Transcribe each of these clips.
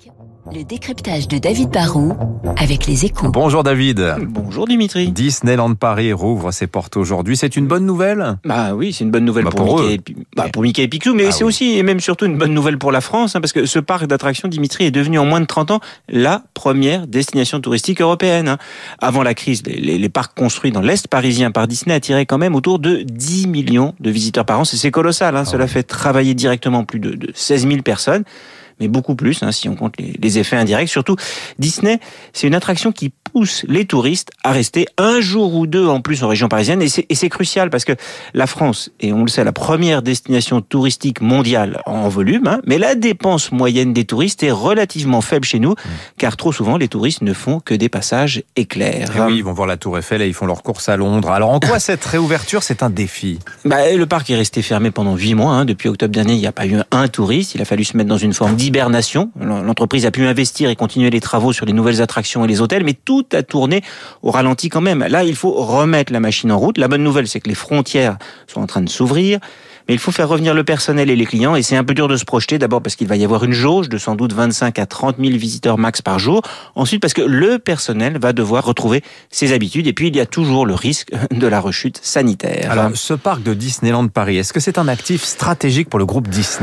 Le décryptage de David Barrault avec les Échos. Bonjour David. Bonjour Dimitri. Disneyland Paris rouvre ses portes aujourd'hui. C'est une bonne nouvelle ? Bah oui, c'est une bonne nouvelle pour pour Mickey et Picsou, mais c'est aussi et même surtout une bonne nouvelle pour la France, parce que ce parc d'attractions, Dimitri, est devenu en moins de 30 ans la première destination touristique européenne. Avant la crise, les parcs construits dans l'Est parisien par Disney attiraient quand même autour de 10 millions de visiteurs par an. C'est colossal, Cela fait travailler directement plus de 16 000 personnes. Mais beaucoup plus, si on compte les effets indirects. Surtout, Disney, c'est une attraction qui pousse les touristes à rester un jour ou deux en plus en région parisienne. Et c'est crucial parce que la France est, on le sait, la première destination touristique mondiale en volume. Mais la dépense moyenne des touristes est relativement faible chez nous, car trop souvent, les touristes ne font que des passages éclairs. Et oui, ils vont voir la Tour Eiffel et ils font leurs courses à Londres. Alors en quoi cette réouverture, c'est un défi ? Le parc est resté fermé pendant 8 mois. Depuis octobre dernier, il n'y a pas eu un touriste. Il a fallu se mettre dans une forme d'hibernation. L'entreprise a pu investir et continuer les travaux sur les nouvelles attractions et les hôtels, mais tout a tourné au ralenti quand même. Là, il faut remettre la machine en route. La bonne nouvelle, c'est que les frontières sont en train de s'ouvrir. Mais il faut faire revenir le personnel et les clients, et c'est un peu dur de se projeter. D'abord parce qu'il va y avoir une jauge de sans doute 25 à 30 000 visiteurs max par jour. Ensuite parce que le personnel va devoir retrouver ses habitudes. Et puis il y a toujours le risque de la rechute sanitaire. Alors ce parc de Disneyland Paris, est-ce que c'est un actif stratégique pour le groupe Disney ?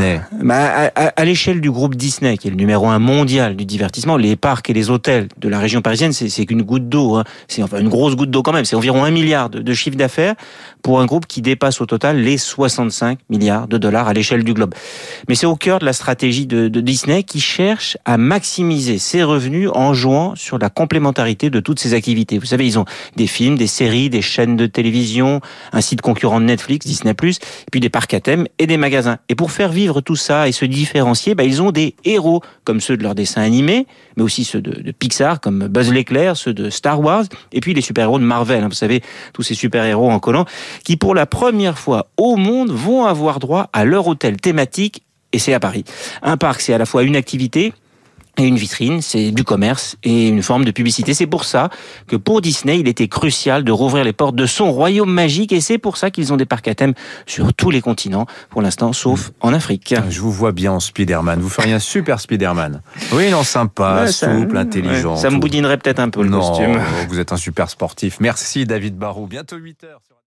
À l'échelle du groupe Disney, qui est le numéro 1 mondial du divertissement, les parcs et les hôtels de la région parisienne, c'est qu'une goutte d'eau. C'est enfin une grosse goutte d'eau quand même. C'est environ 1 milliard de chiffre d'affaires pour un groupe qui dépasse au total les 65 milliards de dollars à l'échelle du globe. Mais c'est au cœur de la stratégie de Disney qui cherche à maximiser ses revenus en jouant sur la complémentarité de toutes ses activités. Vous savez, ils ont des films, des séries, des chaînes de télévision, un site concurrent de Netflix, Disney+, et puis des parcs à thème et des magasins. Et pour faire vivre tout ça et se différencier, ils ont des héros comme ceux de leurs dessins animés, mais aussi ceux de Pixar comme Buzz l'éclair, ceux de Star Wars, et puis les super-héros de Marvel. Vous savez, tous ces super-héros en collant qui pour la première fois au monde vont avoir droit à leur hôtel thématique, et c'est à Paris. Un parc, c'est à la fois une activité et une vitrine, c'est du commerce et une forme de publicité. C'est pour ça que pour Disney, il était crucial de rouvrir les portes de son royaume magique, et c'est pour ça qu'ils ont des parcs à thème sur tous les continents, pour l'instant, sauf en Afrique. Je vous vois bien en Spider-Man. Vous feriez un super Spider-Man. Oui, non, sympa, souple, intelligent. Ça me boudinerait peut-être un peu le costume. Vous êtes un super sportif. Merci David Barrault. Bientôt 8h.